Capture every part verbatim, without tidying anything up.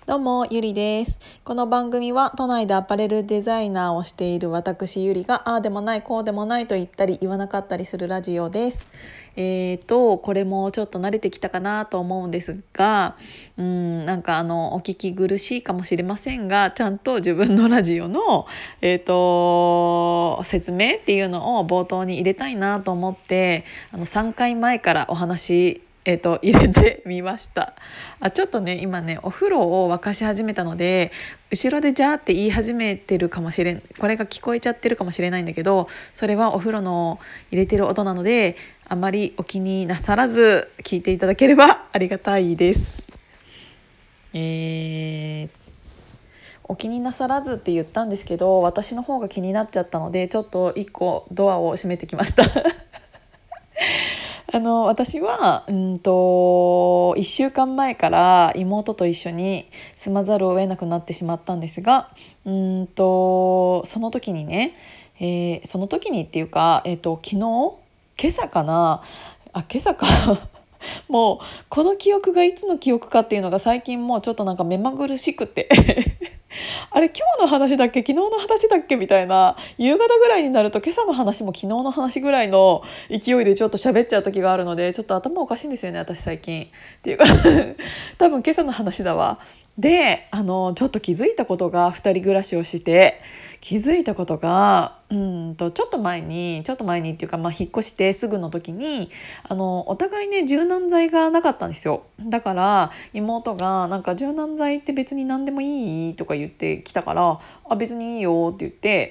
どうもゆりです。この番組は都内でアパレルデザイナーをしている私ゆりがああでもないこうでもないと言ったり言わなかったりするラジオです。えーとこれもちょっと慣れてきたかなと思うんですが、うーんなんかあのお聞き苦しいかもしれませんが、ちゃんと自分のラジオのえーと説明っていうのを冒頭に入れたいなと思って、あのさんかいまえからお話えー、と入れてみました。あちょっとね今ねお風呂を沸かし始めたので、後ろでジャーって言い始めてるかもしれんこれが聞こえちゃってるかもしれないんだけど、それはお風呂の入れてる音なので、あまりお気になさらず聞いていただければありがたいです。えーお気になさらずって言ったんですけど、私の方が気になっちゃったので、ちょっといっこドアを閉めてきましたあの私はうんといっしゅうかんまえから妹と一緒に住まざるを得なくなってしまったんですが、うんとその時にね、えーその時にっていうか、えーと昨日今朝かなあ今朝かもうこの記憶がいつの記憶かっていうのが最近もうちょっとなんか目まぐるしくてあれ今日の話だっけ昨日の話だっけみたいな、夕方ぐらいになると今朝の話も昨日の話ぐらいの勢いでちょっと喋っちゃう時があるので、ちょっと頭おかしいんですよね私最近っていうか多分今朝の話だわ。であのちょっと気づいたことが、ふたり暮らしをして気づいたことが、うんとちょっと前にちょっと前にっていうか、まあ、引っ越してすぐの時にあのお互いね柔軟剤がなかったんですよ。だから妹がなんか柔軟剤って別に何でもいいとか言ってきたから、あ別にいいよって言って、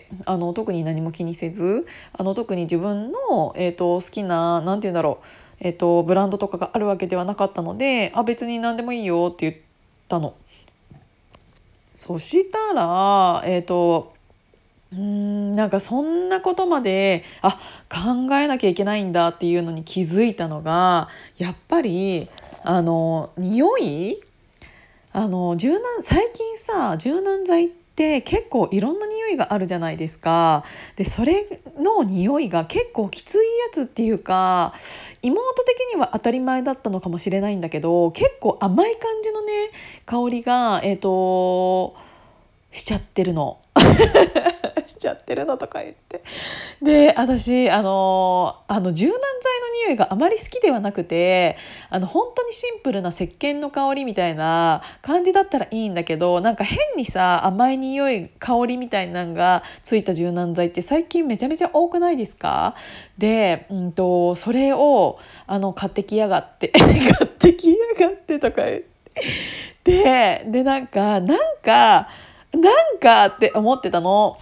あの特に何も気にせず、あの特に自分の、えーと好きななんて言うんだろう、えーとブランドとかがあるわけではなかったので、あ別に何でもいいよって言ったの。そしたらえっ、とうーんなんかそんなことまであ考えなきゃいけないんだっていうのに気づいたのが、やっぱりあの匂いあの柔軟最近さ柔軟剤って結構いろんな匂いがあるじゃないですか。でそれの匂いが結構きついやつっていうか、妹的には当たり前だったのかもしれないんだけど、結構甘い感じのね香りがえっ、としちゃってるのしちゃってるのとか言って、で私あのあの柔軟剤の匂いがあまり好きではなくて、あの本当にシンプルな石鹸の香りみたいな感じだったらいいんだけど、なんか変にさ甘い匂い香りみたいなのがついた柔軟剤って最近めちゃめちゃ多くないですか？で、うんと、それをあの買ってきやがって買ってきやがってとか言ってででなんかなんかなんかって思ってたの。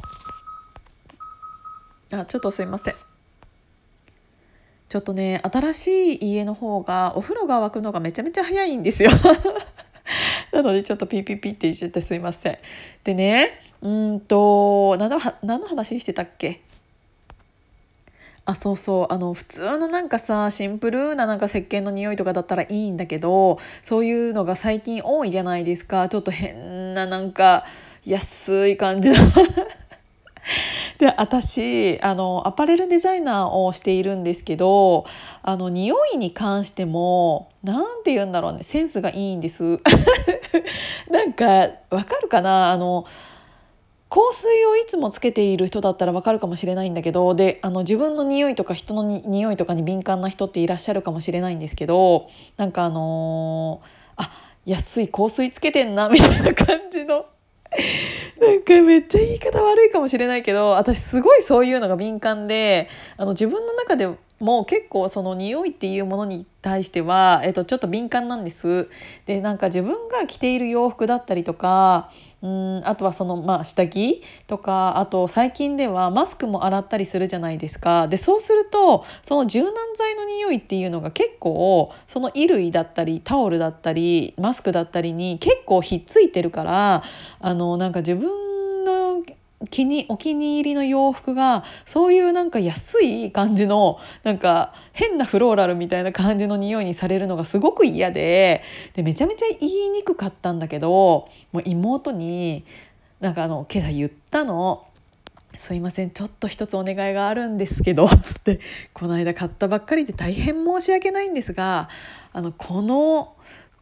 あちょっとすいません。ちょっとね新しい家の方がお風呂が沸くのがめちゃめちゃ早いんですよなのでちょっとピーピーピーって言っちゃってすいません。でねうーんと何の何の話してたっけ。あそうそうあの普通のなんかさシンプルななんか石鹸の匂いとかだったらいいんだけど、そういうのが最近多いじゃないですか。ちょっと変ななんか安い感じので私あのアパレルデザイナーをしているんですけど、あの匂いに関してもなんて言うんだろうね、センスがいいんですなんかわかるかな、あの香水をいつもつけている人だったらわかるかもしれないんだけど、であの自分の匂いとか人のに匂いとかに敏感な人っていらっしゃるかもしれないんですけど、なんかあのーあ安い香水つけてんなみたいな感じのなんかめっちゃ言い方悪いかもしれないけど、私すごいそういうのが敏感で、あの自分の中でも結構その匂いっていうものに対しては、えっと、ちょっと敏感なんです。でなんか自分が着ている洋服だったりとか、うんあとはその、まあ、下着とか、あと最近ではマスクも洗ったりするじゃないですか。でそうするとその柔軟剤の匂いっていうのが結構その衣類だったりタオルだったりマスクだったりに結構ひっついてるから、あのなんか自分の気にお気に入りの洋服がそういうなんか安い感じのなんか変なフローラルみたいな感じの匂いにされるのがすごく嫌で、でめちゃめちゃ言いにくかったんだけど、もう妹になんかあの今朝言ったの。すいませんちょっと一つお願いがあるんですけどつって、この間買ったばっかりで大変申し訳ないんですが、あのこの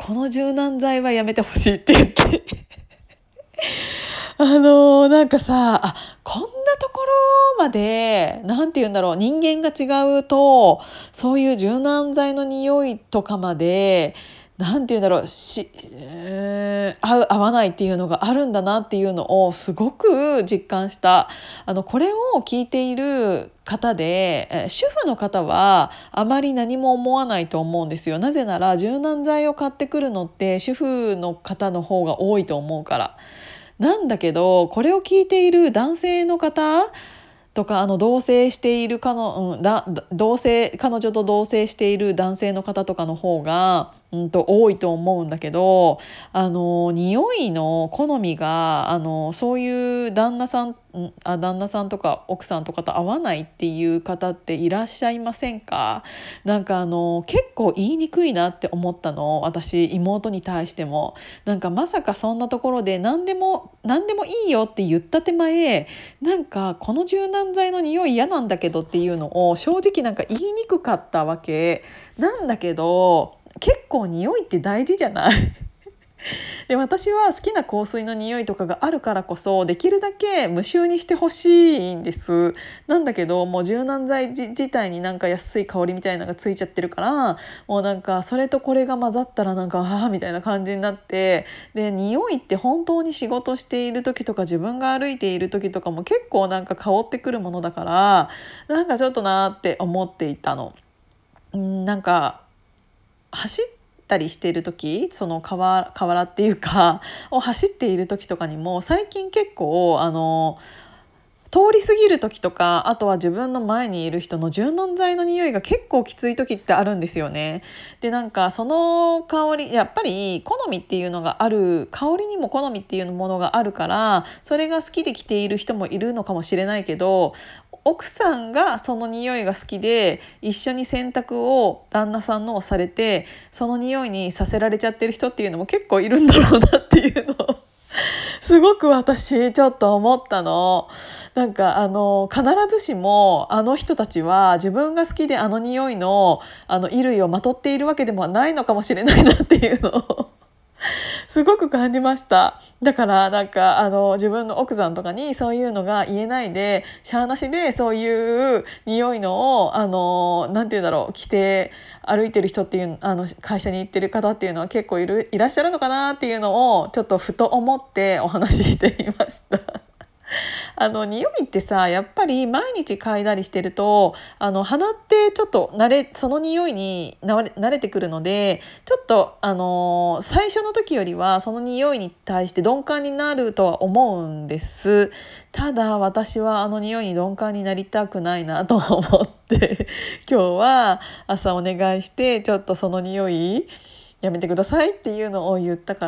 この柔軟剤はやめてほしいって言ってあのーなんかさあこんなところまでなんて言うんだろう、人間が違うとそういう柔軟剤の匂いとかまでなんて言うんだろうし、えー合う合わないっていうのがあるんだなっていうのをすごく実感した。あのこれを聞いている方でえー主婦の方はあまり何も思わないと思うんですよ。なぜなら柔軟剤を買ってくるのって主婦の方の方が多いと思うから。なんだけどこれを聞いている男性の方とかあの同棲しているかの、うん、だ同棲彼女と同棲している男性の方とかの方が、うん、と多いと思うんだけど、あの匂いの好みがあのそういう旦那さん、うん、あ旦那さんとか奥さんとかと合わないっていう方っていらっしゃいませんか？なんかあの結構言いにくいなって思ったの、私妹に対しても。なんかまさかそんなところで何でも何でもいいよって言った手前、なんかこの柔軟剤の匂い嫌なんだけどっていうのを正直なんか言いにくかったわけなんだけど、結構匂いって大事じゃないで私は好きな香水の匂いとかがあるからこそできるだけ無臭にしてほしいんです。なんだけどもう柔軟剤自体になんか安い香りみたいなのがついちゃってるから、もうなんかそれとこれが混ざったらなんかああみたいな感じになって、で匂いって本当に仕事している時とか自分が歩いている時とかも結構なんか香ってくるものだから、なんかちょっとなーって思っていたの。うんなんか走ったりしている時、その河原、河原っていうかを走っている時とかにも最近結構あの通り過ぎる時とか、あとは自分の前にいる人の柔軟剤の匂いが結構きつい時ってあるんですよね。でなんかその香りやっぱり好みっていうのがある、香りにも好みっていうものがあるからそれが好きで着ている人もいるのかもしれないけど、奥さんがその匂いが好きで一緒に洗濯を旦那さんのをされてその匂いにさせられちゃってる人っていうのも結構いるんだろうなっていうのをすごく私ちょっと思ったの。なんかあの必ずしもあの人たちは自分が好きであの匂いのあの衣類をまとっているわけでもないのかもしれないなっていうのをすごく感じました。だからなんかあの自分の奥さんとかにそういうのが言えないでしゃーなしでそういう匂いのをあのなんて言うんだろう着て歩いてる人っていうあの会社に行ってる方っていうのは結構いるいらっしゃるのかなっていうのをちょっとふと思ってお話ししてみましたあの匂いってさやっぱり毎日嗅いだりしてるとあの鼻ってちょっと慣れその匂いに慣れ慣れてくるのでちょっと、あのー最初の時よりはその匂いに対して鈍感になるとは思うんです。ただ私はあの匂いに鈍感になりたくないなと思って今日は朝お願いしてちょっとその匂いやめてくださいっていうのを言ったから、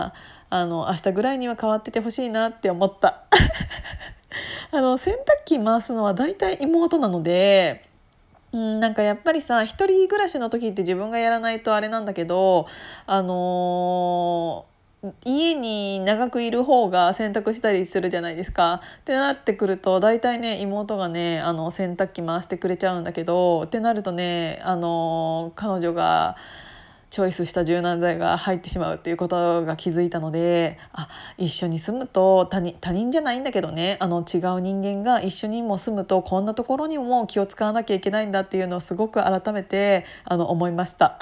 あの明日ぐらいには変わっててほしいなって思ったあの洗濯機回すのはだいたい妹なので、うん、なんかやっぱりさ一人暮らしの時って自分がやらないとあれなんだけど、あのー家に長くいる方が洗濯したりするじゃないですか。ってなってくると大体ね妹がねあの洗濯機回してくれちゃうんだけど、ってなるとねあの彼女がチョイスした柔軟剤が入ってしまうっていうことが気づいたので、あ一緒に住むと他人他人じゃないんだけどね、あの違う人間が一緒にも住むとこんなところにも気を使わなきゃいけないんだっていうのをすごく改めてあの思いました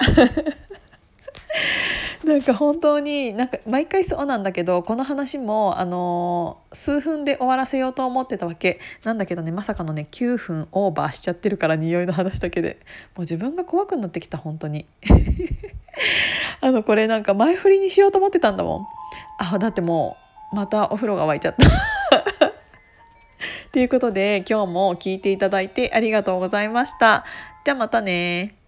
なんか本当になんか毎回そうなんだけど、この話もあの数分で終わらせようと思ってたわけなんだけどね、まさかのねきゅうふんオーバーしちゃってるから、匂いの話だけでもう自分が怖くなってきた本当にあのこれなんか前振りにしようと思ってたんだもん。あだってもうまたお風呂が沸いちゃったということで今日も聞いていただいてありがとうございました。じゃあまたね。